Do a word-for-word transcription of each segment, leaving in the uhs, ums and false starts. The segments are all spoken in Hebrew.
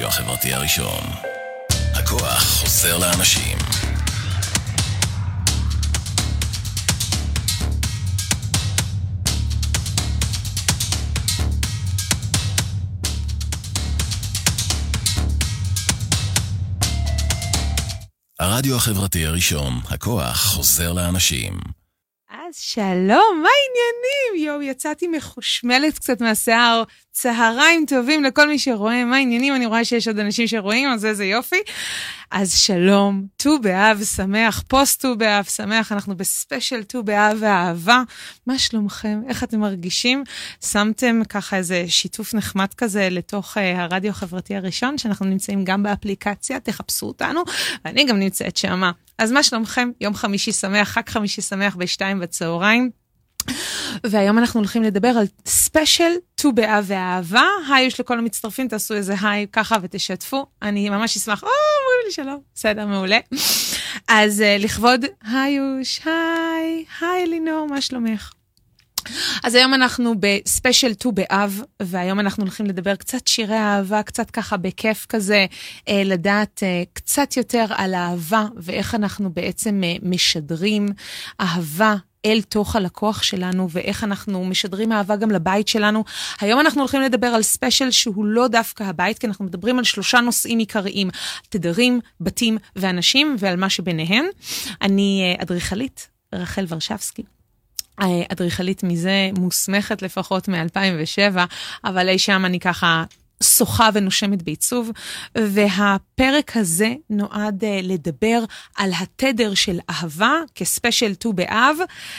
הרדיו החברתי הראשון. הכוח חוזר לאנשים. הרדיו החברתי הראשון, הכוח חוזר לאנשים. אז שלום, מה העניינים? יו, יצאתי מחושמלת קצת מהשיער, צהריים טובים לכל מי שרואה, מה העניינים? אני רואה שיש עוד אנשים שרואים, אז זה, זה יופי. אז שלום, ט"ו באב שמח, פוסט ט"ו באב שמח, אנחנו בספיישל ט"ו באב ואהבה. מה שלומכם? איך אתם מרגישים? שמתם ככה איזה שיתוף נחמד כזה לתוך uh, הרדיו החברתי הראשון, שאנחנו נמצאים גם באפליקציה, תחפשו אותנו, ואני גם נמצאת שמה. אז מה שלומכם? יום חמישי שמח, חג חמישי שמח בשתיים בצהריים. והיום אנחנו הולכים לדבר על ספיישל ט"ו באב ואהבה. היוש לכל המצטרפים, תעשו איזה היי ככה ותשתפו. אני ממש אשמח. או, אומרים לי שלום. בסדר, מעולה. אז uh, לכבוד היוש, היי, היי אלינור, מה שלומך? אז היום אנחנו בספיישל ט"ו באב, והיום אנחנו הולכים לדבר קצת שירי אהבה, קצת ככה בכיף כזה, אה, לדעת אה, קצת יותר על אהבה, ואיך אנחנו בעצם אה, משדרים אהבה אל תוך הלקוח שלנו, ואיך אנחנו משדרים אהבה גם לבית שלנו. היום אנחנו הולכים לדבר על ספיישל שהוא לא דווקא הבית, כי אנחנו מדברים על שלושה נושאים עיקריים, תדרים, בתים ואנשים, ועל מה שביניהם. אני אה, אדריכלית, רחל ורשבסקי. אדריכלית מזה מוסמכת לפחות מ-אלפיים ושבע, אבל אי שם אני ככה שוחה ונושמת בעיצוב, והפרק הזה נועד לדבר על התדר של אהבה כספיישל ט"ו באב,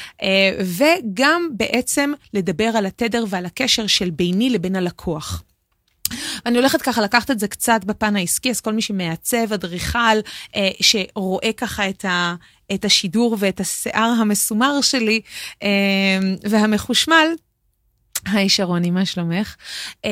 וגם בעצם לדבר על התדר ועל הקשר של ביני לבין הלקוח. אני הולכת ככה לקחת את זה קצת בפן העסקי, אז כל מי שמעצב, אדריכל, אה, שרואה ככה את, ה, את השידור ואת השיער המסומר שלי אה, והמחושמל, היי שרוני, מה שלומך? אה,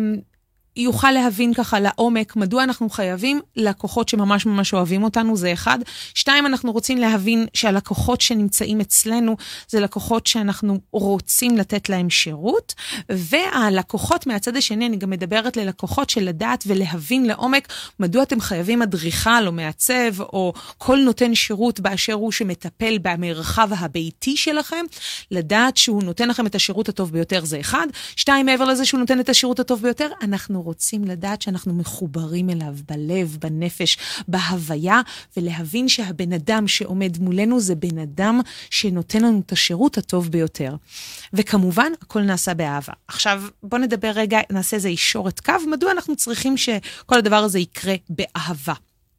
יוכל להבין ככה לעומק מדוע אנחנו חייבים לקוחות שממש ממש אוהבים אותנו, זה אחד. שתיים, אנחנו רוצים להבין שהלקוחות שנמצאים אצלנו זה לקוחות שאנחנו רוצים לתת להם שירות, והלקוחות מהצד השני, אני גם מדברת ללקוחות של לדעת ולהבין לעומק מדוע אתם חייבים אדריכל או מעצב או כל נותן שירות באשר הוא שמטפל במרחב הביתי שלכם, לדעת שהוא נותן לכם את השירות הטוב ביותר, זה אחד. שתיים, מעבר לזה שהוא נותן את השירות הטוב ביותר, אנחנו רוצים לדעת שאנחנו מחוברים אליו בלב, בנפש, בהוויה, ולהבין שהבן אדם שעומד מולנו זה בן אדם שנותן לנו את השירות הטוב ביותר. וכמובן, הכל נעשה באהבה. עכשיו, בוא נדבר רגע, נעשה איזה אישורת קו, מדוע אנחנו צריכים שכל הדבר הזה יקרה באהבה.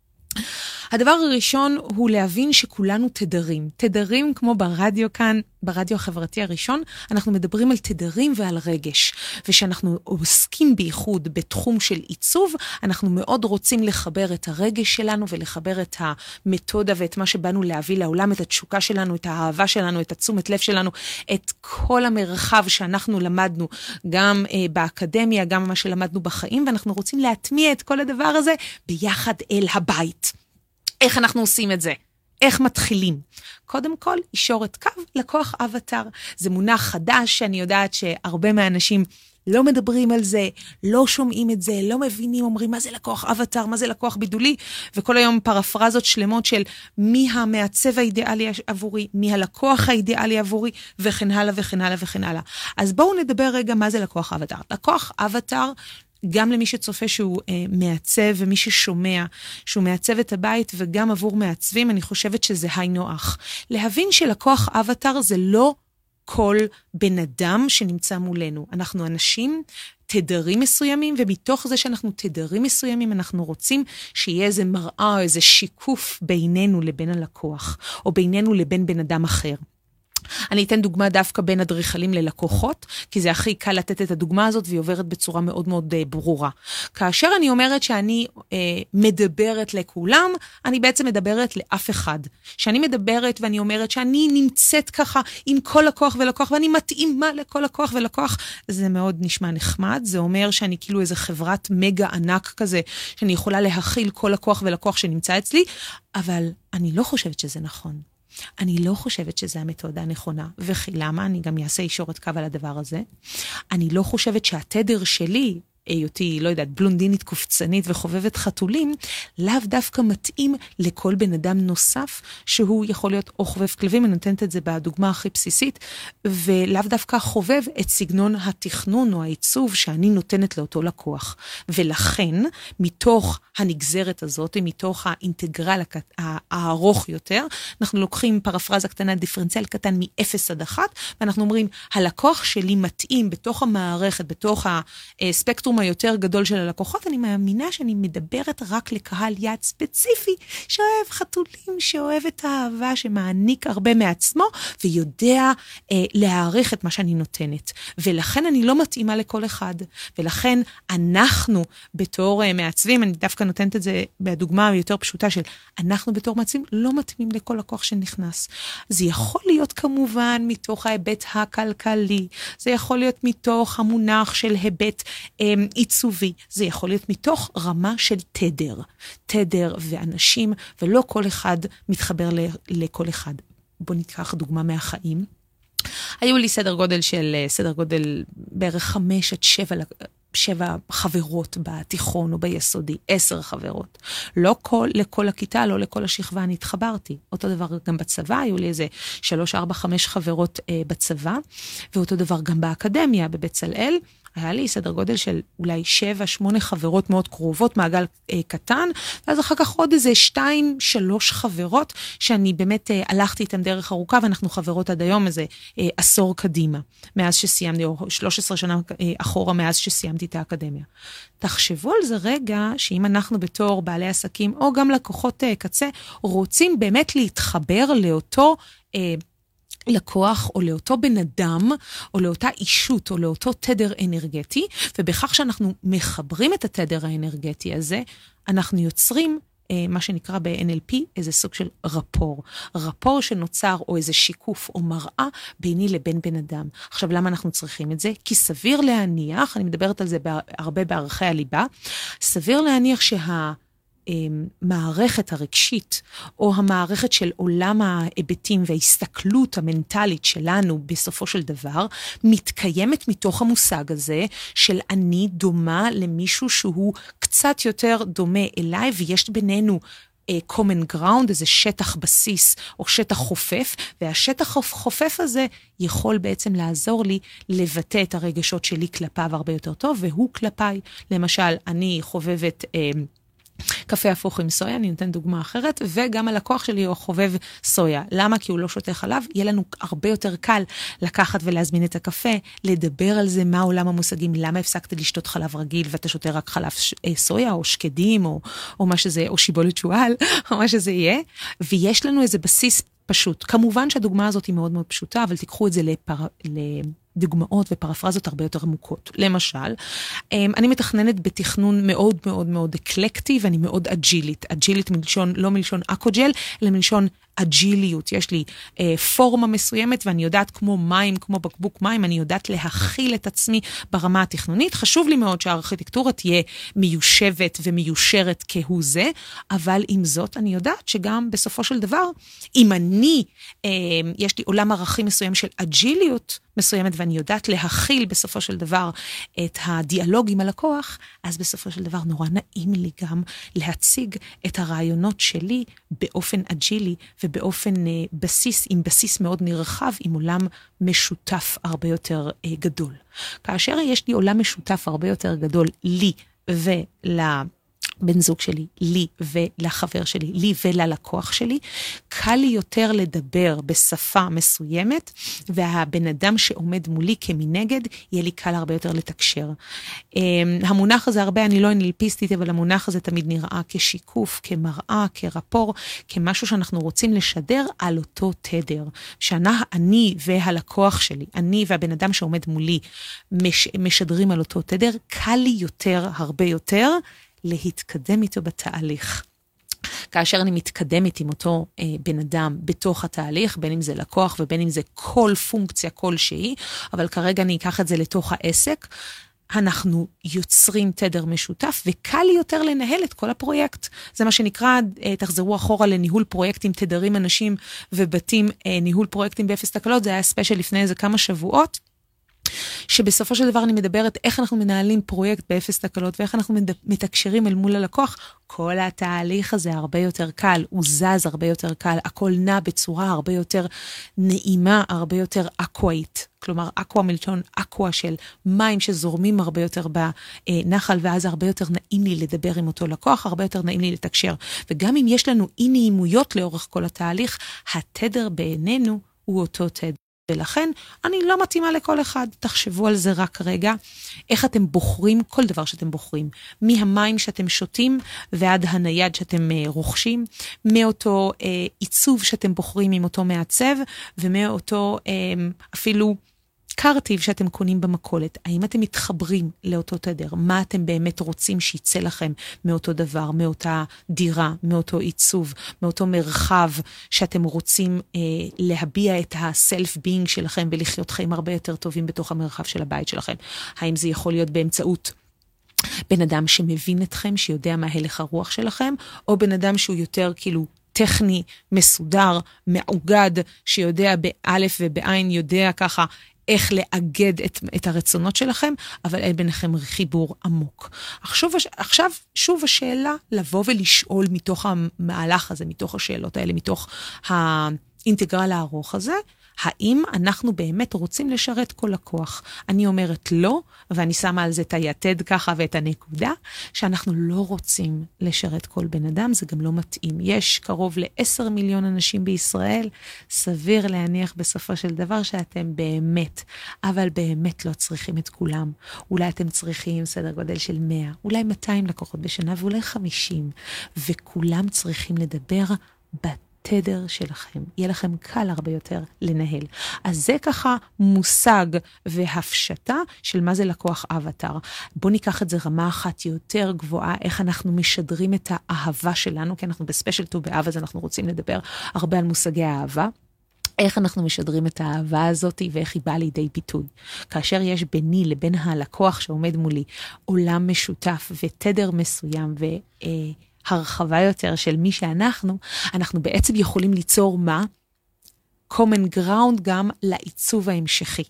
הדבר הראשון הוא להבין שכולנו תדרים. תדרים כמו ברדיו כאן, ברדיו החברתי הראשון, אנחנו מדברים על תדרים ועל רגש. ושאנחנו עוסקים בייחוד בתחום של עיצוב, אנחנו מאוד רוצים לחבר את הרגש שלנו ולחבר את המתודה ואת מה שבאנו להביא לעולם, את התשוקה שלנו, את האהבה שלנו, את התשומת לב שלנו, את כל המרחב שאנחנו למדנו, גם אה, באקדמיה, גם מה שלמדנו בחיים, ואנחנו רוצים להטמיע את כל הדבר הזה ביחד אל הבית. איך אנחנו עושים את זה? איך מתחילים? קודם כל, אישורת קו, לקוח אבטר. זה מונח חדש שאני יודעת שהרבה מהאנשים לא מדברים על זה, לא שומעים את זה, לא מבינים, אומרים מה זה לקוח אבטר, מה זה לקוח בידולי, וכל היום פרפרזות שלמות של מי המעצב האידיאלי עבורי, מי הלקוח האידיאלי עבורי, וכן הלאה וכן הלאה וכן הלאה. אז בואו נדבר רגע מה זה לקוח אבטר. לקוח אבטר, גם למי שצופה שהוא אה, מעצב, ומי ששומע שהוא מעצב את הבית, וגם עבור מעצבים, אני חושבת שזה היי נוח. להבין שלקוח אבטר זה לא כל בן אדם שנמצא מולנו. אנחנו אנשים, תדרים מסוימים, ומתוך זה שאנחנו תדרים מסוימים, אנחנו רוצים שיהיה איזה מראה, או איזה שיקוף בינינו לבין הלקוח, או בינינו לבין בן אדם אחר. אני אתן דוגמה דווקא בין אדריכלים ללקוחות, כי זה הכי קל לתת את הדוגמה הזאת, והיא עוברת בצורה מאוד מאוד אה, ברורה. כאשר אני אומרת שאני אה, מדברת לכולם, אני בעצם מדברת לאף אחד. שאני מדברת ואני אומרת שאני נמצאת ככה עם כל לקוח ולקוח, ואני מתאימה לכל לקוח ולקוח, זה מאוד נשמע נחמד, זה אומר שאני כאילו איזה חברת מגה ענק כזה, שאני יכולה להכיל כל לקוח ולקוח שנמצא אצלי, אבל אני לא חושבת שזה נכון. אני לא חושבת שזו המתודה הנכונה, וכי למה? אני גם אעשה אישורת קו על הדבר הזה. אני לא חושבת שהתדר שלי היותי, לא יודעת, בלונדינית קופצנית וחובבת חתולים, לאו דווקא מתאים לכל בן אדם נוסף, שהוא יכול להיות או חובב כלבים, אני נותנת את זה בדוגמה הכי בסיסית, ולאו דווקא חובב את סגנון התכנון או העיצוב שאני נותנת לאותו לקוח. ולכן, מתוך הנגזרת הזאת, מתוך האינטגרל הארוך יותר, אנחנו לוקחים פרפרזה קטנה, דיפרנציאל קטן מ-אפס עד אחת, ואנחנו אומרים, הלקוח שלי מתאים בתוך המערכת, בתוך הספקטרום היותר גדול של הלקוחות, אני מאמינה שאני מדברת רק לקהל יד ספציפי, שאוהב חתולים, שאוהב את האהבה, שמעניק הרבה מעצמו, ויודע אה, להעריך את מה שאני נותנת. ולכן אני לא מתאימה לכל אחד. ולכן אנחנו בתור אה, מעצבים, אני דווקא נותנת את זה בדוגמה היותר פשוטה של, אנחנו בתור מעצבים לא מתאימים לכל לקוח שנכנס. זה יכול להיות כמובן מתוך ההיבט הכלכלי, זה יכול להיות מתוך המונח של היבט אה, עיצובי, זה יכול להיות מתוך רמה של תדר. תדר ואנשים, ולא כל אחד מתחבר לכל אחד. בוא ניקח דוגמה מהחיים. היו לי סדר גודל של, סדר גודל בערך חמש עד שבע, שבע חברות בתיכון או ביסודי, עשר חברות. לא כל, לכל הכיתה, לא לכל השכבה אני התחברתי. אותו דבר גם בצבא, היו לי איזה שלוש, ארבע, חמש חברות אה, בצבא, ואותו דבר גם באקדמיה, בבצלאל. היה לי סדר גודל של אולי שבע, שמונה חברות מאוד קרובות, מעגל אה, קטן, ואז אחר כך עוד איזה שתיים, שלוש חברות, שאני באמת אה, הלכתי איתן דרך ארוכה, ואנחנו חברות עד היום איזה אה, עשור קדימה, מאז שסיימתי, או שלוש עשרה שנה אה, אחורה, מאז שסיימתי את האקדמיה. תחשבו על זה רגע, שאם אנחנו בתור בעלי עסקים, או גם לקוחות אה, קצה, רוצים באמת להתחבר לאותו אה, לקוח או לאותו בן אדם, או לאותה אישות, או לאותו תדר אנרגטי, ובכך שאנחנו מחברים את התדר האנרגטי הזה, אנחנו יוצרים אה, מה שנקרא ב-אן אל פי, איזה סוג של רפור. רפור שנוצר, או איזה שיקוף, או מראה, ביני לבין בן אדם. עכשיו, למה אנחנו צריכים את זה? כי סביר להניח, אני מדברת על זה הרבה בערכי הליבה, סביר להניח שה... מערכת הרגשית, או המערכת של עולם ההיבטים וההסתכלות המנטלית שלנו בסופו של דבר, מתקיימת מתוך המושג הזה של אני דומה למישהו שהוא קצת יותר דומה אליי, ויש בינינו common ground, איזה שטח בסיס או שטח חופף, והשטח חופף הזה יכול בעצם לעזור לי לבטא את הרגשות שלי כלפיו הרבה יותר טוב, והוא כלפיי. למשל, אני חובבת קפה הפוך עם סויה, אני נותן דוגמה אחרת, וגם הלקוח שלי הוא חובב סויה. למה? כי הוא לא שותה חלב, יהיה לנו הרבה יותר קל לקחת ולהזמין את הקפה, לדבר על זה, מה עולם המושגים, למה הפסקת לשתות חלב רגיל, ואתה שותה רק חלב סויה, או שקדים, או, או מה שזה, או שיבולת שועל, או מה שזה יהיה, ויש לנו איזה בסיס פשוט. כמובן שהדוגמה הזאת היא מאוד מאוד פשוטה, אבל תיקחו את זה לפר... לדוגמאות ופרפרזות הרבה יותר עמוקות. למשל, אני מתכננת בתכנון מאוד מאוד מאוד אקלקטי, ואני מאוד אג'ילית. אג'ילית מלשון, לא מלשון אקוג'ל, אלא מלשון אג'יליות. יש לי אה, פורמה מסוימת, ואני יודעת כמו מים, כמו בקבוק מים, אני יודעת להכיל את עצמי ברמה התכנונית. חשוב לי מאוד שהארכיטקטורה תהיה מיושבת ומיושרת כהוא זה, אבל עם זאת אני יודעת שגם בסופו של דבר, אם אני, אה, יש לי עולם ערכים מסוים של אג'יליות מסוימת, ואני יודעת להכיל בסופו של דבר את הדיאלוג עם הלקוח, אז בסופו של דבר נורא נעים לי גם להציג את הרעיונות שלי באופן אג'ילי, ובאופן בסיס, עם בסיס מאוד נרחב, עם עולם משותף הרבה יותר גדול. כאשר יש לי עולם משותף הרבה יותר גדול לי ולבן זוג שלי, לי ולחבר שלי, לי וללקוח שלי, קל לי יותר לדבר בשפה מסוימת, והבן אדם שעומד מולי כמנגד, יהיה לי קל הרבה יותר לתקשר. המונח הזה הרבה, אני לא אנליפיסטית, אבל המונח הזה תמיד נראה כשיקוף, כמראה, כרפור, כמשהו שאנחנו רוצים לשדר על אותו תדר. שאני והלקוח שלי, אני והבן אדם שעומד מולי, מש, משדרים על אותו תדר, קל לי יותר, הרבה יותר, להתקדם איתו בתהליך. כאשר אני מתקדמת עם אותו אה, בן אדם בתוך התהליך, בין אם זה לקוח ובין אם זה כל פונקציה כלשהי, אבל כרגע אני אקח את זה לתוך העסק, אנחנו יוצרים תדר משותף, וקל לי יותר לנהל את כל הפרויקט. זה מה שנקרא, אה, תחזרו אחורה לניהול פרויקטים, תדרים אנשים ובתים, אה, ניהול פרויקטים באפס תקלות, זה היה ספיישל לפני איזה כמה שבועות, שבסופו של דבר אני מדברת איך אנחנו מנהלים פרויקט באפס תקלות, ואיך אנחנו מתקשרים אל מול הלקוח, כל התהליך הזה הרבה יותר קל, הוא זז הרבה יותר קל, הכל נע בצורה הרבה יותר נעימה, הרבה יותר אקואית, כלומר אקווה מלשון אקווה של מים שזורמים הרבה יותר בנחל, ואז הרבה יותר נעים לי לדבר עם אותו לקוח, הרבה יותר נעים לי לתקשר, וגם אם יש לנו אי נעימויות לאורך כל התהליך, התדר בעינינו הוא אותו תדר. ולכן אני לא מתאימה לכל אחד, תחשבו על זה רק רגע, איך אתם בוחרים כל דבר שאתם בוחרים, מהמים שאתם שותים ועד הנייד שאתם אה, רוכשים, מאותו אה, עיצוב שאתם בוחרים עם אותו מעצב, ומאותו אה, אפילו קרטיב שאתם קונים במכולת, האם אתם מתחברים לאותו תדר, מה אתם באמת רוצים שיצא לכם מאותו דבר, מאותה דירה, מאותו עיצוב, מאותו מרחב שאתם רוצים אה, להביע את הסלף-בינג שלכם ולחיות חיים הרבה יותר טובים בתוך המרחב של הבית שלכם. האם זה יכול להיות באמצעות בן אדם שמבין אתכם, שיודע מה הלך הרוח שלכם, או בן אדם שהוא יותר כאילו טכני, מסודר, מעוגד, שיודע באלף ובעין, יודע ככה, איך לאגד את, את הרצונות שלכם, אבל אין ביניכם חיבור עמוק. עכשיו, עכשיו, שוב השאלה, לבוא ולשאול מתוך המהלך הזה, מתוך השאלות האלה, מתוך האינטגרל הארוך הזה, האם אנחנו באמת רוצים לשרת כל לקוח? אני אומרת לא, ואני שמה על זה את היתד ככה ואת הנקודה, שאנחנו לא רוצים לשרת כל בן אדם, זה גם לא מתאים. יש קרוב לעשר מיליון אנשים בישראל, סביר להניח בסופו של דבר שאתם באמת, אבל באמת לא צריכים את כולם. אולי אתם צריכים סדר גודל של מאה, אולי מאתיים לקוחות בשנה, ואולי חמישים, וכולם צריכים לדבר בת. תדר שלכם, יהיה לכם קל הרבה יותר לנהל. אז זה ככה מושג והפשטה של מה זה לקוח אבטר. בואו ניקח את זה רמה אחת יותר גבוהה, איך אנחנו משדרים את האהבה שלנו, כי אנחנו בספיישל טו באב, אז אנחנו רוצים לדבר הרבה על מושגי האהבה. איך אנחנו משדרים את האהבה הזאת ואיך היא באה לידי ביטוי. כאשר יש ביני לבין הלקוח שעומד מולי עולם משותף ותדר מסוים ו... הרחבה יותר של מי שאנחנו, אנחנו בעצם יכולים ליצור מה? common ground גם לעיצוב ההמשכי.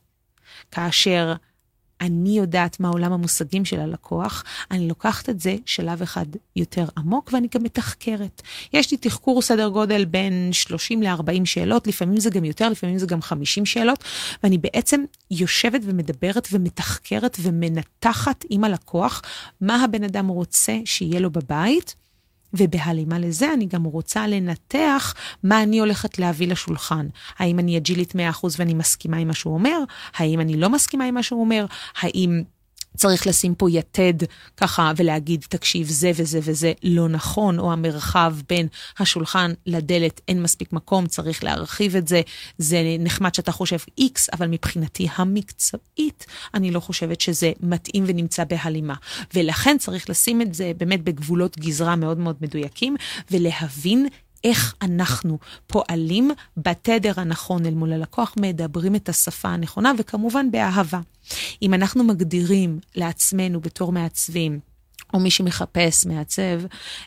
כאשר אני יודעת מה עולם המושגים של הלקוח, אני לוקחת את זה שלב אחד יותר עמוק, ואני גם מתחקרת. יש לי תחקור סדר גודל בין שלושים לארבעים שאלות, לפעמים זה גם יותר, לפעמים זה גם חמישים שאלות, ואני בעצם יושבת ומדברת ומתחקרת ומנתחת עם הלקוח, מה הבן אדם רוצה שיהיה לו בבית, ובהלימה לזה אני גם רוצה לנתח מה אני הולכת להביא לשולחן. האם אני אג'ילית מאה אחוז ואני מסכימה עם מה שהוא אומר? האם אני לא מסכימה עם מה שהוא אומר? האם צריך לשים פה יתד ככה ולהגיד, תקשיב, זה וזה וזה לא נכון, או המרחב בין השולחן לדלת אין מספיק מקום, צריך להרחיב את זה, זה נחמד שאתה חושב X, אבל מבחינתי המקצועית, אני לא חושבת שזה מתאים ונמצא בהלימה. ולכן צריך לשים את זה באמת בגבולות גזרה מאוד מאוד מדויקים, ולהבין איך אנחנו פועלים בתדר הנכון אל מול הלקוח, מדברים את השפה הנכונה, וכמובן באהבה. אם אנחנו מגדירים לעצמנו בתור מעצבים, או מי שמחפש מעצב,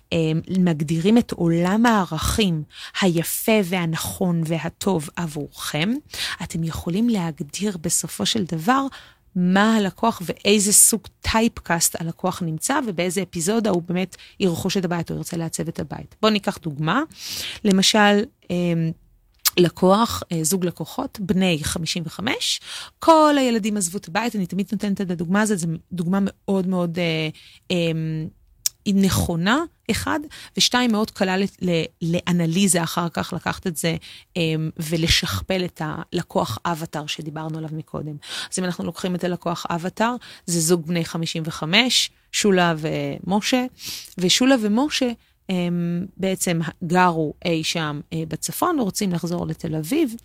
מגדירים את עולם הערכים היפה והנכון והטוב עבורכם, אתם יכולים להגדיר בסופו של דבר מה הלקוח ואיזה סוג טייפקאסט הלקוח נמצא, ובאיזה אפיזודה הוא באמת ירכוש את הבית, או ירצה לעצב את הבית. בואו ניקח דוגמה, למשל, לקוח, זוג לקוחות, בני חמישים וחמש, כל הילדים עזבו את הבית, אני תמיד נותנת את הדוגמה הזאת, זו דוגמה מאוד מאוד אה, אה, נכונה, אחד, ושתיים מאוד קלה לאנליזה אחר כך, לקחת את זה ולשכפל את הלקוח אבטר שדיברנו עליו מקודם. אז אם אנחנו לוקחים את הלקוח אבטר, זה זוג בני חמישים וחמש, שולה ומשה, ושולה ומשה הם בעצם גרו אי שם בצפון, רוצים לחזור לתל אביב,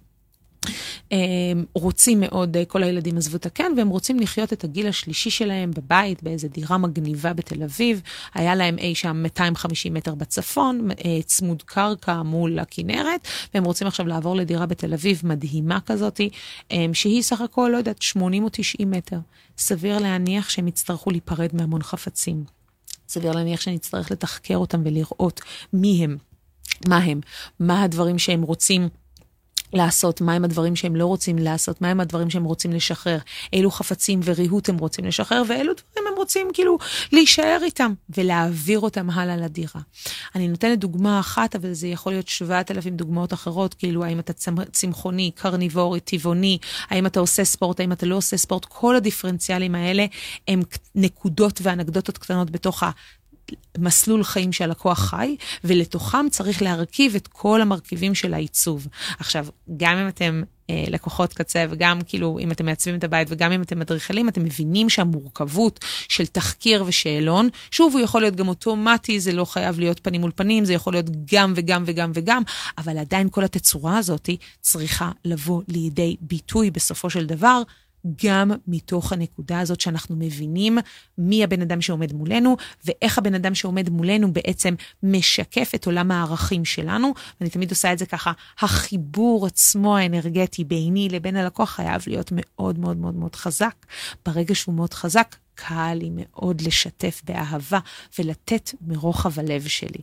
רוצים מאוד, כל הילדים עזבו את הכן, והם רוצים לחיות את הגיל השלישי שלהם בבית, באיזו דירה מגניבה בתל אביב, היה להם אי שם מאתיים וחמישים מטר בצפון, צמוד קרקע מול הכנרת, והם רוצים עכשיו לעבור לדירה בתל אביב מדהימה כזאת, שהיא סך הכל, לא יודעת, שמונים או תשעים מטר. סביר להניח שהם יצטרכו להיפרד מהמון חפצים. סביר להניח שנצטרך לתחקר אותם ולראות מי הם, מה הם, מה הדברים שהם רוצים לעשות, מהם הדברים שהם לא רוצים לעשות, מהם הדברים שהם רוצים לשחרר, אילו חפצים וריהוט הם רוצים לשחרר, ואילו דברים הם רוצים כאילו להישאר איתם, ולהעביר אותם הלאה לדירה. אני נותנת דוגמה אחת, אבל זה יכול להיות שבעת אלפים דוגמאות אחרות, כאילו האם אתה צמחוני, קרניבורי, טבעוני, האם אתה עושה ספורט, האם אתה לא עושה ספורט, כל הדיפרנציאלים האלה הם נקודות ואנקדוטות קטנות בתוך ה... מסלול חיים שהלקוח חי, ולתוכם צריך להרכיב את כל המרכיבים של העיצוב. עכשיו, גם אם אתם אה, לקוחות קצה, וגם כאילו אם אתם מעצבים את הבית, וגם אם אתם מדריכלים, אתם מבינים שהמורכבות של תחקיר ושאלון, שוב, הוא יכול להיות גם אוטומטי, זה לא חייב להיות פנים מול פנים, זה יכול להיות גם וגם וגם וגם, אבל עדיין כל התצורה הזאת צריכה לבוא לידי ביטוי בסופו של דבר, גם מתוך הנקודה הזאת שאנחנו מבינים מי הבן אדם שעומד מולנו, ואיך הבן אדם שעומד מולנו בעצם משקף את עולם הערכים שלנו, ואני תמיד עושה את זה ככה, החיבור עצמו האנרגטי ביני לבין הלקוח חייב להיות מאוד מאוד מאוד מאוד חזק. ברגע שהוא מאוד חזק, קל לי מאוד לשתף באהבה, ולתת מרוחב הלב שלי.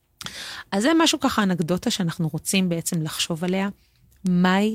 אז זה משהו ככה אנקדוטה שאנחנו רוצים בעצם לחשוב עליה, מהי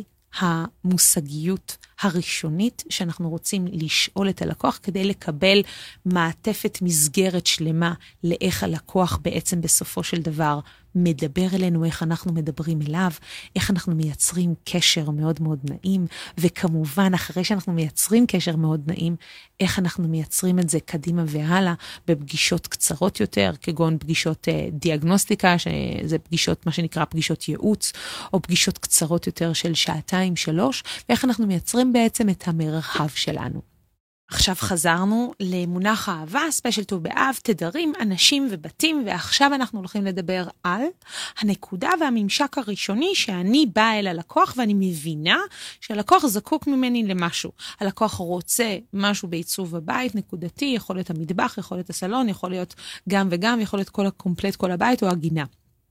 המושגיות הראשונית שאנחנו רוצים לשאול את הלקוח כדי לקבל מעטפת מסגרת שלמה לאיך הלקוח בעצם בסופו של דבר מדבר אלינו, איך אנחנו מדברים אליו, איך אנחנו מייצרים קשר מאוד מאוד נעים, וכמובן אחרי שאנחנו מייצרים קשר מאוד נעים, איך אנחנו מייצרים את זה קדימה והלאה בפגישות קצרות יותר, כגון פגישות אה, דיאגנוסטיקה, שזה פגישות, מה שנקרא פגישות ייעוץ, או פגישות קצרות יותר של שעתיים, שלוש, ואיך אנחנו מייצרים בעצם את המרחב שלנו. עכשיו חזרנו למונח האהבה, ספיישל טוב באב, תדרים, אנשים ובתים, ועכשיו אנחנו הולכים לדבר על הנקודה והממשק הראשוני שאני באה אל הלקוח, ואני מבינה שהלקוח זקוק ממני למשהו. הלקוח רוצה משהו בעיצוב הבית, נקודתי, יכול להיות המטבח, יכול להיות הסלון, יכול להיות גם וגם, יכול להיות כל הקומפלט, כל הבית או הגינה.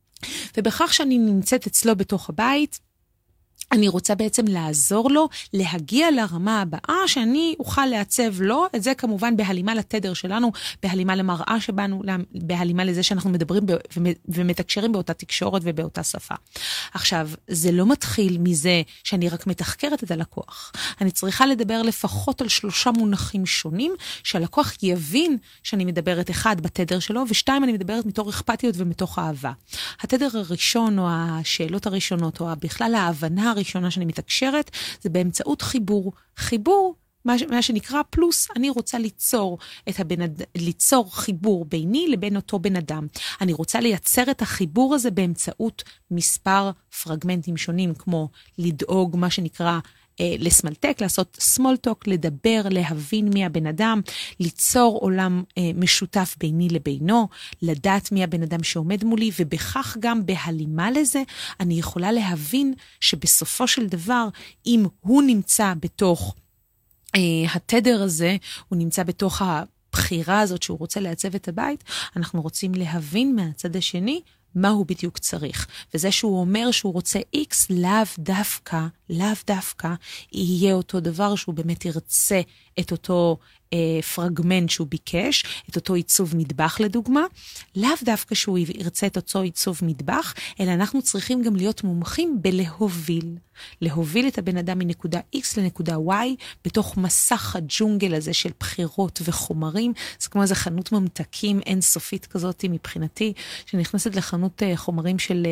ובכך שאני נמצאת אצלו בתוך הבית, אני רוצה בעצם לעזור לו להגיע לרמה הבאה שאני אוכל לעצב לו, את זה כמובן בהלימה לתדר שלנו, בהלימה למראה שבנו, בהלימה לזה שאנחנו מדברים ומתקשרים באותה תקשורת ובאותה שפה. עכשיו, זה לא מתחיל מזה שאני רק מתחקרת את הלקוח. אני צריכה לדבר לפחות על שלושה מונחים שונים, שהלקוח יבין שאני מדברת אחד בתדר שלו, ושתיים אני מדברת מתוך אכפתיות ומתוך אהבה. התדר הראשון או השאלות הראשונות או בכלל ההבנה הראשונה שאני מתקשרת, זה באמצעות חיבור. חיבור, מה, מה שנקרא פלוס, אני רוצה ליצור, את הבן, ליצור חיבור ביני לבין אותו בן אדם. אני רוצה לייצר את החיבור הזה באמצעות מספר פרגמנטים שונים, כמו לדאוג מה שנקרא לסמלטק, לעשות small talk, לדבר, להבין מי הבן אדם, ליצור עולם אה, משותף ביני לבינו, לדעת מי הבן אדם שעומד מולי, ובכך גם בהלימה לזה, אני יכולה להבין שבסופו של דבר, אם הוא נמצא בתוך אה, התדר הזה, הוא נמצא בתוך הבחירה הזאת שהוא רוצה לעצב את הבית, אנחנו רוצים להבין מהצד השני, מה הוא בדיוק צריך. וזה שהוא אומר שהוא רוצה X, לאו דווקא, לאו דווקא, יהיה אותו דבר שהוא באמת ירצה את אותו אה, פרגמנט שהוא ביקש, את אותו עיצוב מטבח לדוגמה, לאו דווקא שהוא ירצה את אותו עיצוב מטבח, אלא אנחנו צריכים גם להיות מומחים בלהוביל. להוביל את הבן אדם מנקודה X לנקודה Y, בתוך מסך הג'ונגל הזה של בחירות וחומרים. זה כמו איזה חנות ממתקים אינסופית כזאת מבחינתי, שנכנסת לחנות חומרים של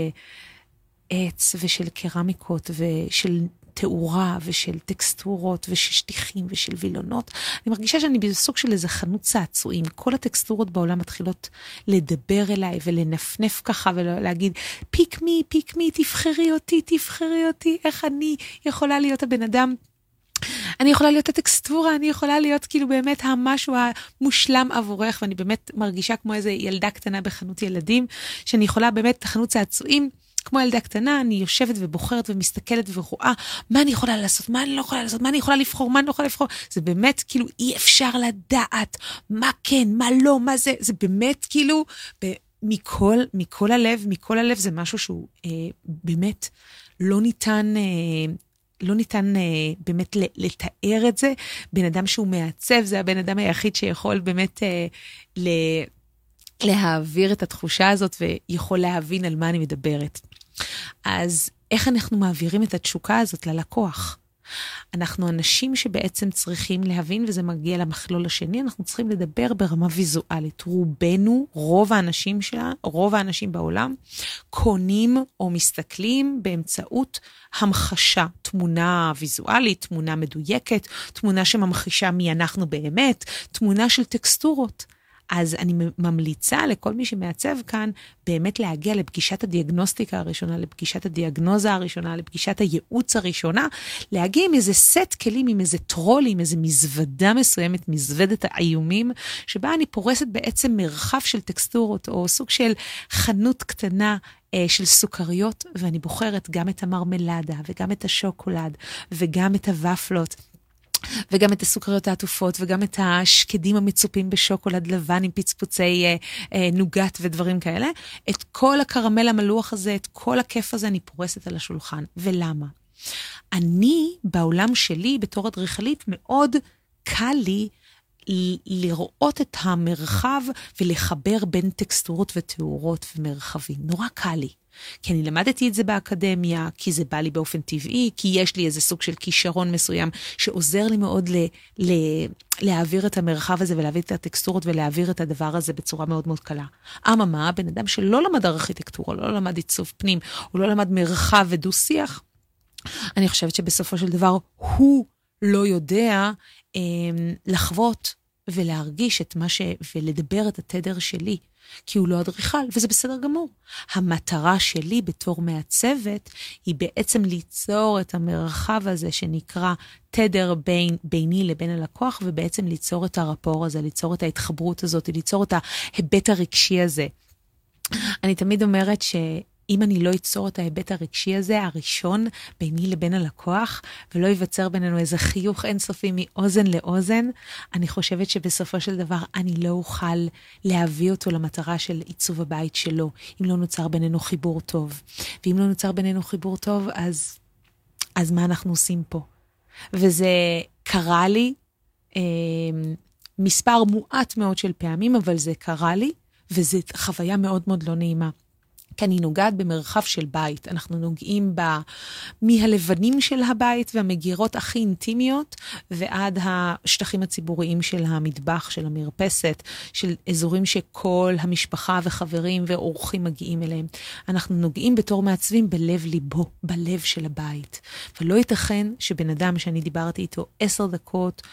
עץ ושל קרמיקות ושל תאורה ושל טקסטורות ושל שטיחים ושל וילונות. אני מרגישה שאני בסוג של איזה חנות צעצועים. כל הטקסטורות בעולם מתחילות לדבר אליי ולנפנף ככה ולהגיד, פיק מי, פיק מי, תבחרי אותי, תבחרי אותי, איך אני יכולה להיות הבן אדם. אני יכולה להיות הטקסטורה, אני יכולה להיות כאילו באמת המשהו המושלם עבורך, ואני באמת מרגישה כמו איזה ילדה קטנה בחנות ילדים, שאני יכולה באמת חנות צעצועים, כמו ילדה קטנה, אני יושבת ובוחרת ומסתכלת ורואה מה אני יכולה לעשות, מה אני לא יכולה לעשות, מה אני יכולה לבחור, מה אני לא יכולה לבחור. זה באמת כאילו אי אפשר לדעת מה כן, מה לא, מה זה, זה באמת כאילו מכל, מכל הלב, מכל הלב זה משהו שהוא אה, באמת לא ניתן... אה, לא ניתן אה, באמת לתאר את זה. בן אדם שהוא מעצב, זה הבן אדם היחיד שיכול באמת אה, ל... להעביר את התחושה הזאת, ויכול להבין על מה אני מדברת. אז איך אנחנו מעבירים את התשוקה הזאת ללקוח? אנחנו אנשים שבעצם צריכים להבין, וזה מגיע למכלול השני, אנחנו צריכים לדבר ברמה ויזואלית. רובנו, רוב האנשים שלה, רוב האנשים בעולם, קונים או מסתכלים באמצעות המחשה, תמונה ויזואלית, תמונה מדויקת, תמונה שממחישה מי אנחנו באמת, תמונה של טקסטורות. אז אני ממליצה לכל מי שמעצב כאן, באמת להגיע לפגישת הדיאגנוסטיקה הראשונה, לפגישת הדיאגנוזה הראשונה, לפגישת הייעוץ הראשונה, להגיע עם איזה סט כלים, עם איזה טרול, עם איזה מזוודה מסוימת, מזוודת האיומים, שבה אני פורסת בעצם מרחב של טקסטורות, או סוג של חנות קטנה אה, של סוכריות, ואני בוחרת גם את המרמלדה, וגם את השוקולד, וגם את הוואפלות, וגם את הסוכריות העטופות, וגם את השקדים המצופים בשוקולד לבן עם פצפוצי אה, אה, נוגת ודברים כאלה. את כל הקרמל המלוח הזה, את כל הכיף הזה אני פורסת על השולחן. ולמה? אני, בעולם שלי, בתור אדריכלית, מאוד קל לי לראות את המרחב ולחבר בין טקסטורות ותיאורות ומרחבים. נורא קל לי. כי אני למדתי את זה באקדמיה, כי זה בא לי באופן טבעי, כי יש לי איזה סוג של כישרון מסוים שעוזר לי מאוד ל, ל, להעביר את המרחב הזה ולהעביר את הטקסטורות ולהעביר את הדבר הזה בצורה מאוד מאוד קלה. אממה, בן אדם שלא למד ארכיטקטורה, לא למד עיצוב פנים, הוא לא למד מרחב ודו שיח, אני חושבת שבסופו של דבר הוא לא יודע אה, לחוות ולהרגיש את מה ש... ולדבר את התדר שלי. כי הוא לא אדריכל, וזה בסדר גמור. המטרה שלי בתור מעצבת, היא בעצם ליצור את המרחב הזה שנקרא תדר בין, ביני לבין הלקוח, ובעצם ליצור את הרפור הזה, ליצור את ההתחברות הזאת, ליצור את ההיבט הרגשי הזה. אני תמיד אומרת ש... אם אני לא אצור את ההיבט הרגשי הזה, הראשון ביני לבין הלקוח, ולא ייווצר בינינו איזה חיוך אינסופי מאוזן לאוזן, אני חושבת שבסופו של דבר אני לא אוכל להביא אותו למטרה של עיצוב הבית שלו, אם לא נוצר בינינו חיבור טוב. ואם לא נוצר בינינו חיבור טוב, אז, אז מה אנחנו עושים פה? וזה קרה לי אה, מספר מועט מאוד של פעמים, אבל זה קרה לי, וזו חוויה מאוד מאוד לא נעימה. כי אני נוגעת במרחב של בית, אנחנו נוגעים ב... מהלבנים של הבית והמגירות הכי אינטימיות, ועד השטחים הציבוריים של המטבח, של המרפסת, של אזורים שכל המשפחה וחברים ואורחים מגיעים אליהם. אנחנו נוגעים בתור מעצבים בלב ליבו, בלב של הבית. ולא ייתכן שבן אדם שאני דיברתי איתו עשר דקות,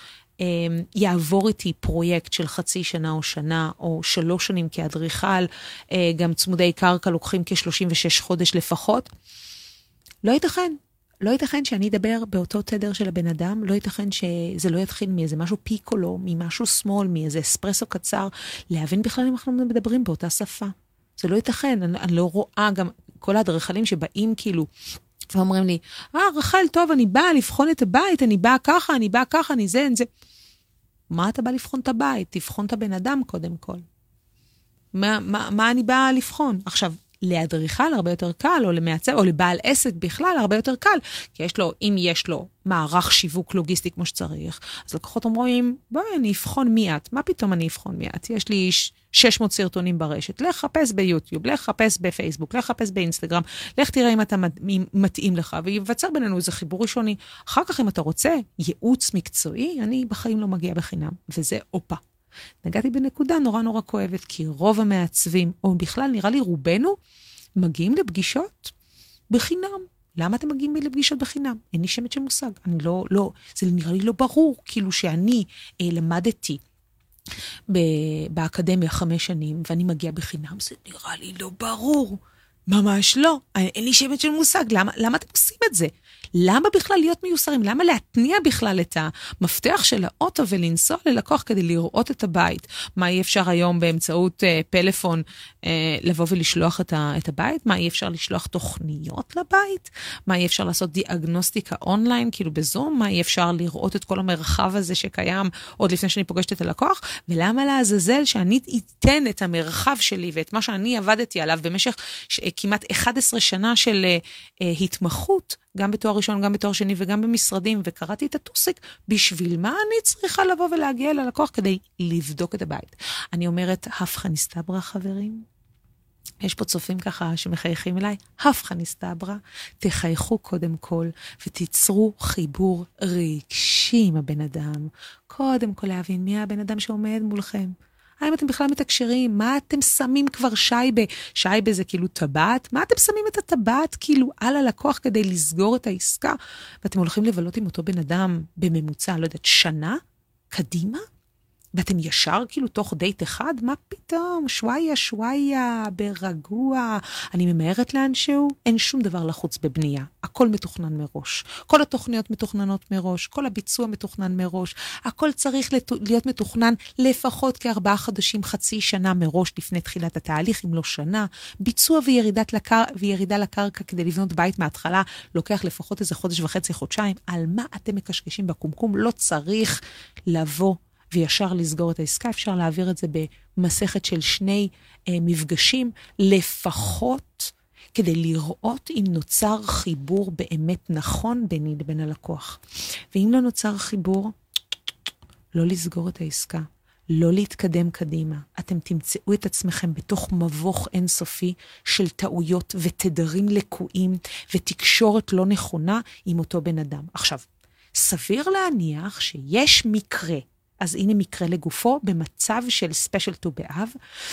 יעבור איתי פרויקט של חצי שנה או שנה, או שלוש שנים כאדריכל, גם צמודי קרקע לוקחים כ-שלושים ושש חודש לפחות. לא ייתכן. לא ייתכן שאני אדבר באותו תדר של הבן אדם, לא ייתכן שזה לא יתחיל מאיזה משהו פיקולו, ממשהו שמאל, מאיזה אספרסו קצר, להבין בכלל אם אנחנו מדברים באותה שפה. זה לא ייתכן, אני, אני לא רואה גם כל האדריכלים שבאים כאילו, ואומרים לי, אה, רחל, טוב, אני באה לבחון את הבית, אני באה ככה, אני באה ככה, אני זה, אני זה. מה אתה בא לבחון את הבית? תבחון את הבן אדם קודם כל. מה, מה, מה אני באה לבחון? עכשיו, לאדריכל הרבה יותר קל, או למעצב, או לבעל עסק בכלל הרבה יותר קל, כי יש לו, אם יש לו מערך שיווק לוגיסטי כמו שצריך, אז לקוחות אומרים, בואי, אני אבחון מי את. מה פתאום אני אבחון מי את? יש לי שש מאות סרטונים ברשת, לך חפש ביוטיוב, לך חפש בפייסבוק, לך חפש באינסטגרם, לך תראה אם אתה מתאים לך, ויווצר בינינו איזה חיבור ראשוני. אחר כך אם אתה רוצה ייעוץ מקצועי, אני בחיים לא מגיע בחינם, וזה אופה. נגעתי בנקודה נורא נורא כואבת, כי רוב המעצבים, או בכלל נראה לי רובנו, מגיעים לפגישות בחינם. למה אתם מגיעים לפגישות בחינם? אין לי שמץ של מושג. אני לא, לא, זה נראה לי לא ברור, כאילו שאני אה, למדתי באקדמיה חמש שנים, ואני מגיעה בחינם, זה נראה לי לא ברור. ממש לא. אין לי שמץ של מושג. למה, למה אתם עושים את זה? למה בכלל להיות מיוסרים? למה להתניע בכלל את המפתח של האוטו ולנסוע ללקוח כדי לראות את הבית? מה אי אפשר היום באמצעות אה, פלאפון אה, לבוא ולשלוח את, ה, את הבית? מה אי אפשר לשלוח תוכניות לבית? מה אי אפשר לעשות דיאגנוסטיקה אונליין, כאילו בזום? מה אי אפשר לראות את כל המרחב הזה שקיים עוד לפני שאני פוגשת את הלקוח? ולמה לעזאזל שאני אתן את המרחב שלי ואת מה שאני עבדתי עליו במשך ש, כמעט אחת עשרה שנה של אה, אה, התמחות, גם בתואר ראשון, גם בתואר שני וגם במשרדים, וקראתי את הטוסיק, בשביל מה אני צריכה לבוא ולהגיע ללקוח כדי לבדוק את הבית. אני אומרת, הפכה נסתברא חברים, יש פה צופים ככה שמחייכים אליי, הפכה נסתברה, תחייכו קודם כל, ותיצרו חיבור רגשי עם הבן אדם. קודם כל להבין מי הבן אדם שעומד מולכם. האם אתם בכלל מתקשרים? מה אתם שמים כבר שייבה? שייבה זה כאילו טבעת? מה אתם שמים את הטבעת כאילו על הלקוח כדי לסגור את העסקה? ואתם הולכים לבלות עם אותו בן אדם בממוצע, לא יודעת, שנה? קדימה? ואתם ישר כאילו תוך דייט אחד? מה פתאום? שוויה, שוויה, ברגוע. אני ממהרת לאנשהו? אין שום דבר לחוץ בבנייה. הכל מתוכנן מראש. כל התוכניות מתוכננות מראש. כל הביצוע מתוכנן מראש. הכל צריך להיות מתוכנן לפחות כארבעה חודשים, חצי שנה מראש לפני תחילת התהליך, אם לא שנה. ביצוע וירידת לקר... וירידה לקרקע כדי לבנות בית מההתחלה לוקח לפחות איזה חודש וחצי, חודשיים. על מה אתם מקשקשים בקומקום? לא צריך לבוא וישר לסגור את העסקה, אפשר להעביר את זה במסכת של שני אה, מפגשים, לפחות כדי לראות אם נוצר חיבור באמת נכון ביני לבין הלקוח. ואם לא נוצר חיבור, לא לסגור את העסקה, לא להתקדם קדימה. אתם תמצאו את עצמכם בתוך מבוך אינסופי של טעויות ותדרים לקויים ותקשורת לא נכונה עם אותו בן אדם. עכשיו, סביר להניח שיש מקרה, אז הנה מקרה לגופו, במצב של ספיישל טו באב,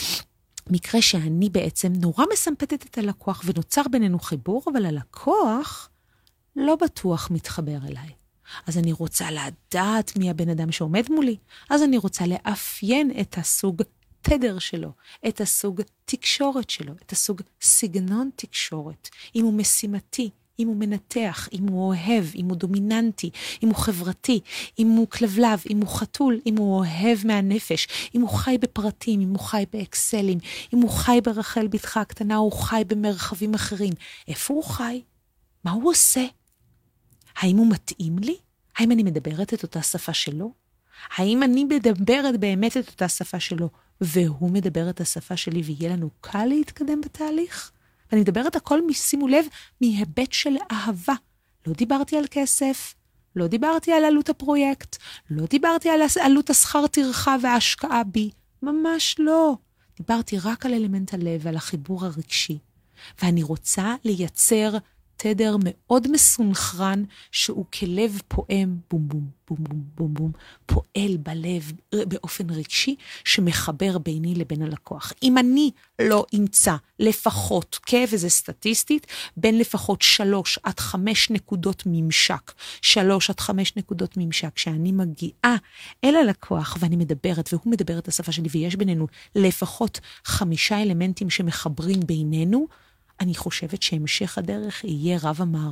מקרה שאני בעצם נורא מסמפתת את הלקוח, ונוצר בינינו חיבור, אבל הלקוח לא בטוח מתחבר אליי. אז אני רוצה לדעת מי הבן אדם שעומד מולי, אז אני רוצה לאפיין את הסוג תדר שלו, את הסוג תקשורת שלו, את הסוג סגנון תקשורת, אם הוא משימתי, אם הוא מנתח, אם הוא אוהב, אם הוא דומיננטי, אם הוא חברתי, אם הוא כלבלב, אם הוא חתול, אם הוא אוהב מהנפש, אם הוא חי בפרטים, אם הוא חי באקסלים, אם הוא חי ברחל בתך הקטנה, הוא חי במרחבים אחרים. איפה הוא חי? מה הוא עושה? האם הוא מתאים לי? האם אני מדברת את אותה שפה שלו? האם אני מדברת באמת את אותה שפה שלו, והוא מדבר את השפה שלי, ויהיה לנו קל להתקדם בתהליך? ואני מדברת הכל, שימו לב, מהיבט של אהבה. לא דיברתי על כסף, לא דיברתי על עלות הפרויקט, לא דיברתי על עלות השכר טרחה וההשקעה בי, ממש לא. דיברתי רק על אלמנט הלב ועל החיבור הרגשי. ואני רוצה לייצר תדר מאוד מסונכרן, שהוא כלב פועם, בום בום בום בום בום בום, פועל בלב באופן רגשי, שמחבר ביני לבין הלקוח. אם אני לא אמצא לפחות, וזה סטטיסטית, בין לפחות שלוש עד חמש נקודות ממשק, שלוש עד חמש נקודות ממשק, שאני מגיעה אל הלקוח, ואני מדברת, והוא מדבר את השפה שלי, ויש בינינו לפחות חמישה אלמנטים שמחברים בינינו, אני חושבת שהמשך הדרך יהיה רב אמר.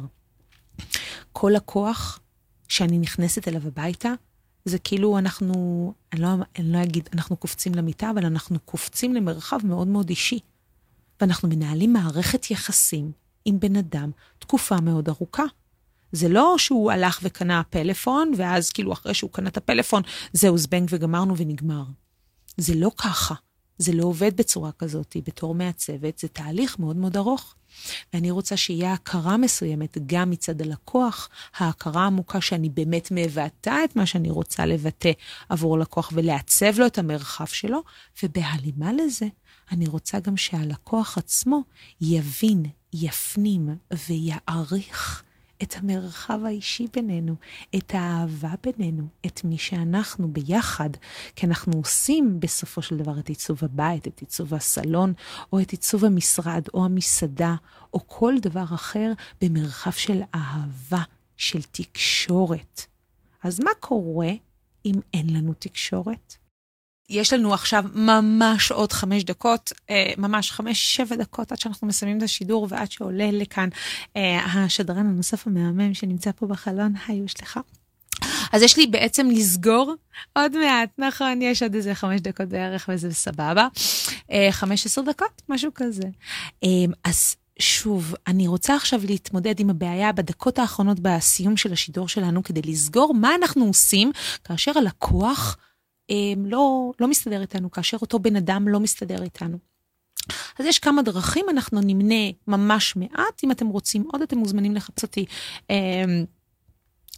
כל לקוח שאני נכנסת אליו הביתה, זה כאילו אנחנו, אני לא, אני לא אגיד, אנחנו קופצים למיטה, אבל אנחנו קופצים למרחב מאוד מאוד אישי. ואנחנו מנהלים מערכת יחסים עם בן אדם תקופה מאוד ארוכה. זה לא שהוא הלך וקנה פלאפון, ואז כאילו אחרי שהוא קנה את הפלאפון, זהו זבנג וגמרנו ונגמר. זה לא ככה. זה לא עובד בצורה כזאת, בתור מעצבת, זה תהליך מאוד מאוד ארוך. ואני רוצה שיהיה הכרה מסוימת גם מצד הלקוח, ההכרה העמוקה שאני באמת מבטא את מה שאני רוצה לבטא עבור לקוח, ולעצב לו את המרחב שלו, ובהלימה לזה, אני רוצה גם שהלקוח עצמו יבין, יפנים ויעריך את המרחב האישי בינינו, את האהבה בינינו, את מי שאנחנו ביחד, כי אנחנו עושים בסופו של דבר את עיצוב הבית, את עיצוב הסלון, או את עיצוב המשרד, או המסעדה, או כל דבר אחר במרחב של אהבה, של תקשורת. אז מה קורה אם אין לנו תקשורת? יש לנו עכשיו ממש עוד חמש דקות, ממש חמש, שבע דקות, עד שאנחנו מסיימים את השידור, ועד שעולה לכאן השדרן הנוסף המהמם שנמצא פה בחלון. היי, יש לך. אז יש לי בעצם לסגור עוד מעט, נכון, יש עוד איזה חמש דקות בערך, וזה סבבה. חמש עשר דקות, משהו כזה. אז שוב, אני רוצה עכשיו להתמודד עם הבעיה בדקות האחרונות בסיום של השידור שלנו, כדי לסגור מה אנחנו עושים, כאשר הלקוח לא, לא מסתדר איתנו, כאשר אותו בן אדם לא מסתדר איתנו. אז יש כמה דרכים, אנחנו נמנה ממש מעט, אם אתם רוצים עוד, אתם מוזמנים לחפש אותי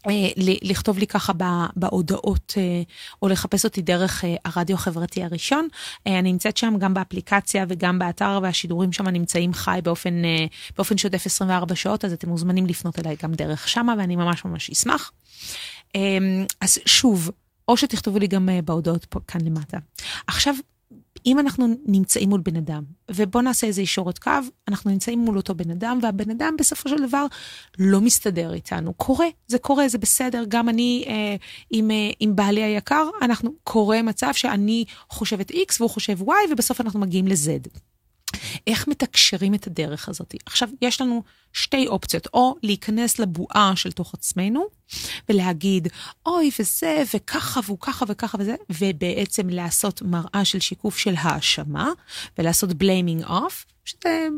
לכתוב לי ככה בהודעות, או לחפש אותי דרך הרדיו החברתי הראשון. אני נמצאת שם גם באפליקציה וגם באתר, והשידורים שם נמצאים חי באופן, באופן שוטף עשרים וארבע שעות, אז אתם מוזמנים לפנות אליי גם דרך שמה, ואני ממש ממש אשמח. אז שוב, או שתכתבו לי גם בהודעות פה, כאן למטה. עכשיו, אם אנחנו נמצאים מול בן אדם, ובוא נעשה איזה אישורת קו, אנחנו נמצאים מול אותו בן אדם, והבן אדם בסופו של דבר לא מסתדר איתנו. קורה, זה קורה, זה בסדר. גם אני אה, עם, אה, עם בעלי היקר, אנחנו קורה מצב שאני חושבת X והוא חושב Y, ובסוף אנחנו מגיעים ל-Z. איך מתקשרים את הדרך הזאת? עכשיו, יש לנו שתי אופציות, או להיכנס לבועה של תוך עצמנו, ולהגיד, אוי וזה, וככה, והוא ככה וככה וזה, ובעצם לעשות מראה של שיקוף של האשמה, ולעשות blaming off, שזה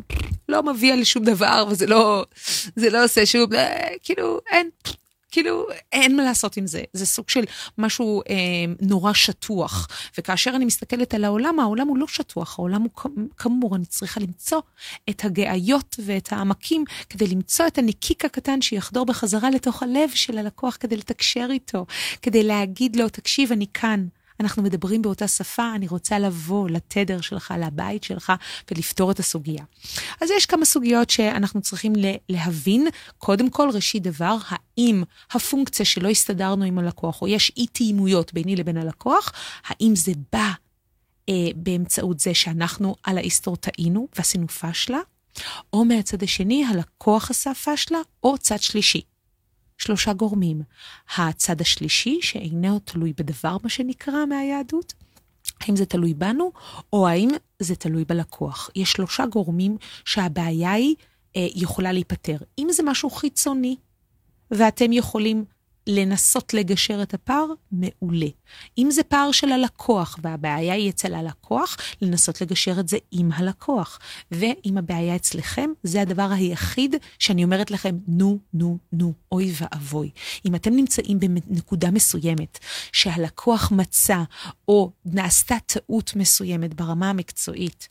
לא מביא לשום דבר, וזה לא, זה לא עושה שום, כאילו, אין, כאילו, אין מה לעשות עם זה. זה סוג של משהו אה, נורא שטוח. וכאשר אני מסתכלת על העולם, העולם הוא לא שטוח. העולם הוא כאמור, אני צריכה למצוא את הגאיות ואת העמקים, כדי למצוא את הניקיק הקטן שיחדור בחזרה לתוך הלב של הלקוח, כדי לתקשר איתו, כדי להגיד לו, תקשיב, אני כאן. אנחנו מדברים באותה שפה, אני רוצה לבוא לתדר שלך, לבית שלך, ולפתור את הסוגיה. אז יש כמה סוגיות שאנחנו צריכים להבין. קודם כל, ראשית דבר, האם הפונקציה שלא הסתדרנו עם הלקוח, או יש אי תאימויות ביני לבין הלקוח, האם זה בא אה, באמצעות זה שאנחנו על ההיסטור טעינו, ועשינו פשלה, או מהצד השני, הלקוח עשה פשלה, או צד שלישי. שלושה גורמים. הצד השלישי, שאינו תלוי בדבר, מה שנקרא מהיהדות, האם זה תלוי בנו, או האם זה תלוי בלקוח. יש שלושה גורמים שהבעיה היא אה, יכולה להיפטר. אם זה משהו חיצוני, ואתם יכולים לנסות לגשר את הפער, מעולה. אם זה פער של הלקוח, והבעיה היא אצל הלקוח, לנסות לגשר את זה עם הלקוח. ואם הבעיה אצלכם, זה הדבר היחיד שאני אומרת לכם, נו, נו, נו, אוי ואבוי. אם אתם נמצאים בנקודה מסוימת, שהלקוח מצא, או נעשתה טעות מסוימת ברמה המקצועית,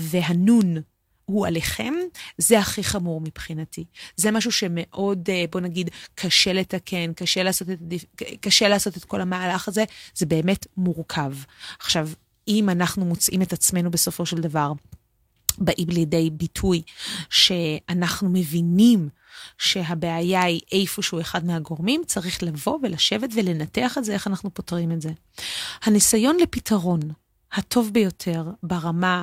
והנון הוא עליכם, זה הכי חמור מבחינתי. זה משהו שמאוד, בוא נגיד, קשה לתקן, קשה לעשות את, קשה לעשות את כל המהלך הזה, זה באמת מורכב. עכשיו, אם אנחנו מוצאים את עצמנו בסופו של דבר, באים לידי ביטוי שאנחנו מבינים שהבעיה היא איפשהו אחד מהגורמים, צריך לבוא ולשבת ולנתח את זה, איך אנחנו פותרים את זה. הניסיון לפתרון הטוב ביותר ברמה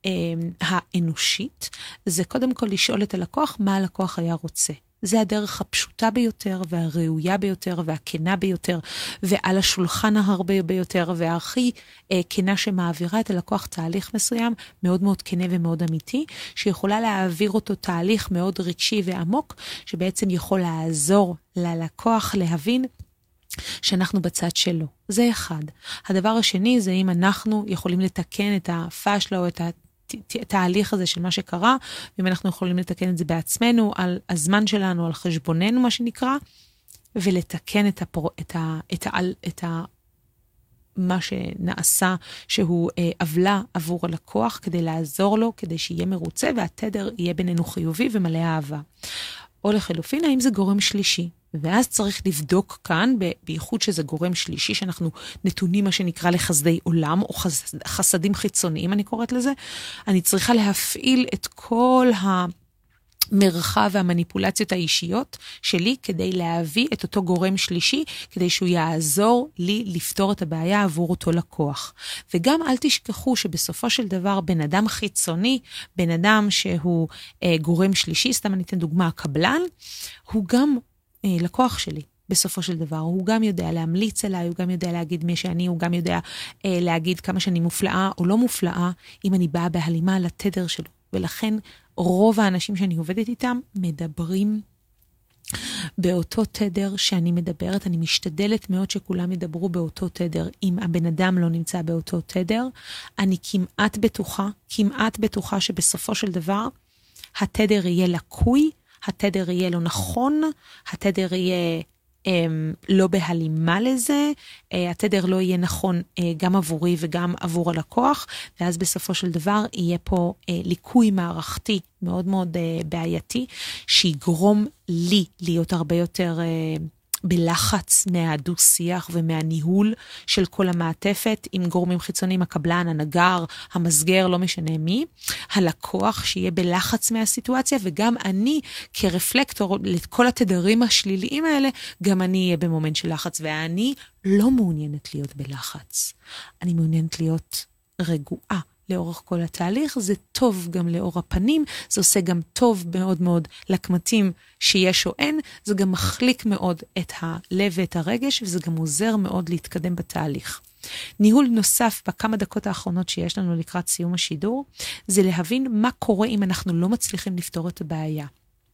האנושית, זה קודם כל לשאול את הלקוח מה הלקוח היה רוצה. זה הדרך הפשוטה ביותר והראויה ביותר והכנה ביותר ועל השולחן הרבה ביותר והכי אה, כנה שמעבירה את הלקוח תהליך מסוים מאוד מאוד כנה ומאוד אמיתי, שיכולה להעביר אותו תהליך מאוד רגשי ועמוק, שבעצם יכול לעזור ללקוח להבין שאנחנו בצד שלו. זה אחד. הדבר השני זה אם אנחנו יכולים לתקן את הפשלה או את ה... התהליך הזה של מה שקרה, ואם אנחנו יכולים לתקן את זה בעצמנו, על הזמן שלנו, על חשבוננו, מה שנקרא, ולתקן את הפר... את ה... את ה... את ה... מה שנעשה, שהוא אה, עוולה עבור הלקוח, כדי לעזור לו, כדי שיהיה מרוצה, והתדר יהיה בינינו חיובי ומלא אהבה. או לחלופין, האם זה גורם שלישי? ואז צריך לבדוק כאן, בייחוד שזה גורם שלישי, שאנחנו נתונים מה שנקרא לחסדי עולם, או חסד, חסדים חיצוניים, אני קוראת לזה. אני צריכה להפעיל את כל המרחב והמניפולציות האישיות שלי, כדי להביא את אותו גורם שלישי, כדי שהוא יעזור לי לפתור את הבעיה עבור אותו לקוח. וגם אל תשכחו שבסופו של דבר, בן אדם חיצוני, בן אדם שהוא אה, גורם שלישי, סתם אני אתן דוגמה, הקבלן, הוא גם לקוח שלי, בסופו של דבר. הוא גם יודע להמליץ עליי, הוא גם יודע להגיד מי שאני, הוא גם יודע אה, להגיד כמה שאני מופלאה או לא מופלאה, אם אני באה בהלימה לתדר שלו. ולכן רוב האנשים שאני עובדת איתם מדברים באותו תדר שאני מדברת. אני משתדלת מאוד שכולם ידברו באותו תדר. אם הבן אדם לא נמצא באותו תדר, אני כמעט בטוחה, כמעט בטוחה שבסופו של דבר, התדר יהיה לקוי, התדר יהיה לא נכון, התדר יהיה אה, לא בהלימה לזה, אה, התדר לא יהיה נכון אה, גם עבורי וגם עבור הלקוח, ואז בסופו של דבר יהיה פה אה, ליקוי מערכתי מאוד מאוד אה, בעייתי, שיגרום לי להיות הרבה יותר אה, בלחץ מהדו-שיח ומהניהול של כל המעטפת, עם גורמים חיצוניים, הקבלן, הנגר, המסגר, לא משנה מי, הלקוח שיהיה בלחץ מהסיטואציה, וגם אני כרפלקטור לכל התדרים השליליים האלה, גם אני אהיה במומנט של לחץ, ואני לא מעוניינת להיות בלחץ. אני מעוניינת להיות רגועה. לאורך כל התהליך, זה טוב גם לאור הפנים, זה עושה גם טוב מאוד מאוד לקמטים שיש או אין, זה גם מחליק מאוד את הלב ואת הרגש, וזה גם עוזר מאוד להתקדם בתהליך. ניהול נוסף בכמה דקות האחרונות שיש לנו לקראת סיום השידור, זה להבין מה קורה אם אנחנו לא מצליחים לפתור את הבעיה.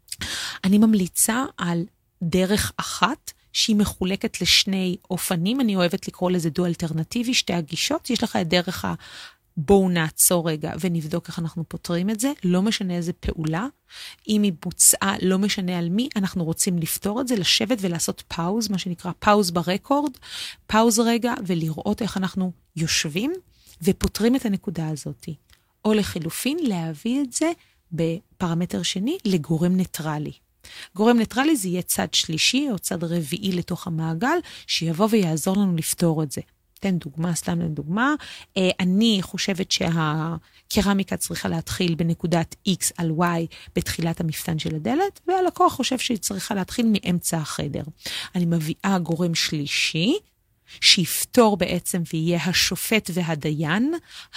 אני ממליצה על דרך אחת, שהיא מחולקת לשני אופנים, אני אוהבת לקרוא לזה דו אלטרנטיבי, שתי הגישות, יש לך את דרך ה... בואו נעצור רגע ונבדוק איך אנחנו פותרים את זה, לא משנה איזה פעולה, אם היא בוצעה, לא משנה על מי, אנחנו רוצים לפתור את זה, לשבת ולעשות פאוז, מה שנקרא פאוז ברקורד, פאוז רגע ולראות איך אנחנו יושבים ופותרים את הנקודה הזאת. או לחילופין, להביא את זה בפרמטר שני לגורם ניטרלי. גורם ניטרלי זה יהיה צד שלישי או צד רביעי לתוך המעגל, שיבוא ויעזור לנו לפתור את זה. תן דוגמה, סתם לדוגמה, אני חושבת שהקרמיקה צריכה להתחיל בנקודת X על Y בתחילת המפתן של הדלת, והלקוח חושב שהיא צריכה להתחיל מאמצע החדר. אני מביאה גורם שלישי, שיפתור בעצם ויהיה השופט והדיין,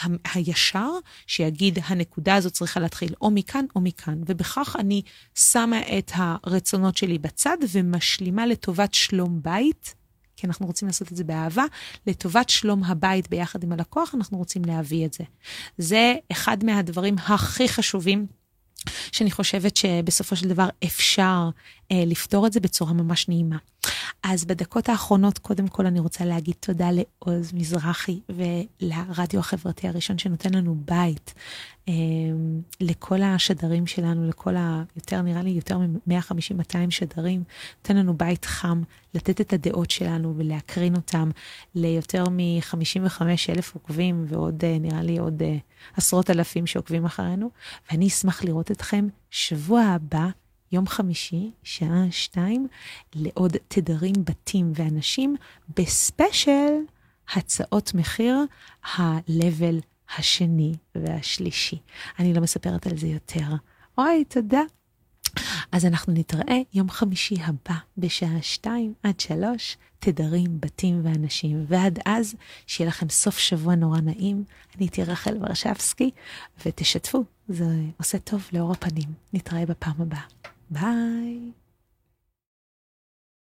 הישר, שיגיד הנקודה הזאת צריכה להתחיל או מכאן או מכאן, ובכך אני שמה את הרצונות שלי בצד, ומשלימה לטובת שלום בית, כי אנחנו רוצים לעשות את זה באהבה, לטובת שלום הבית ביחד עם הלקוח, אנחנו רוצים להביא את זה. זה אחד מהדברים הכי חשובים, שאני חושבת שבסופו של דבר אפשר אה, לפתור את זה בצורה ממש נעימה. אז בדקות האחרונות, קודם כל אני רוצה להגיד תודה לעוז מזרחי, ולרדיו החברתי הראשון שנותן לנו בית, אה, לכל השדרים שלנו, לכל ה... יותר נראה לי יותר מ-מאה וחמישים מאתיים שדרים, נותן לנו בית חם, לתת את הדעות שלנו ולהקרין אותם ליותר מ-חמישים וחמישה אלף עוקבים, ועוד אה, נראה לי עוד אה, עשרות אלפים שעוקבים אחרינו, ואני אשמח לראות אתכם שבוע הבא, יום חמישי, שעה שתיים, לעוד תדרים בתים ואנשים, בספיישל הצעות מחיר ה-level השני והשלישי. אני לא מספרת על זה יותר. אוי, תודה. אז אנחנו נתראה יום חמישי הבא, בשעה שתיים עד שלוש, תדרים, בתים ואנשים. ועד אז, שיהיה לכם סוף שבוע נורא נעים. אני הייתי רחל ורשבסקי, ותשתפו, זה עושה טוב לאור הפנים. נתראה בפעם הבאה. ביי.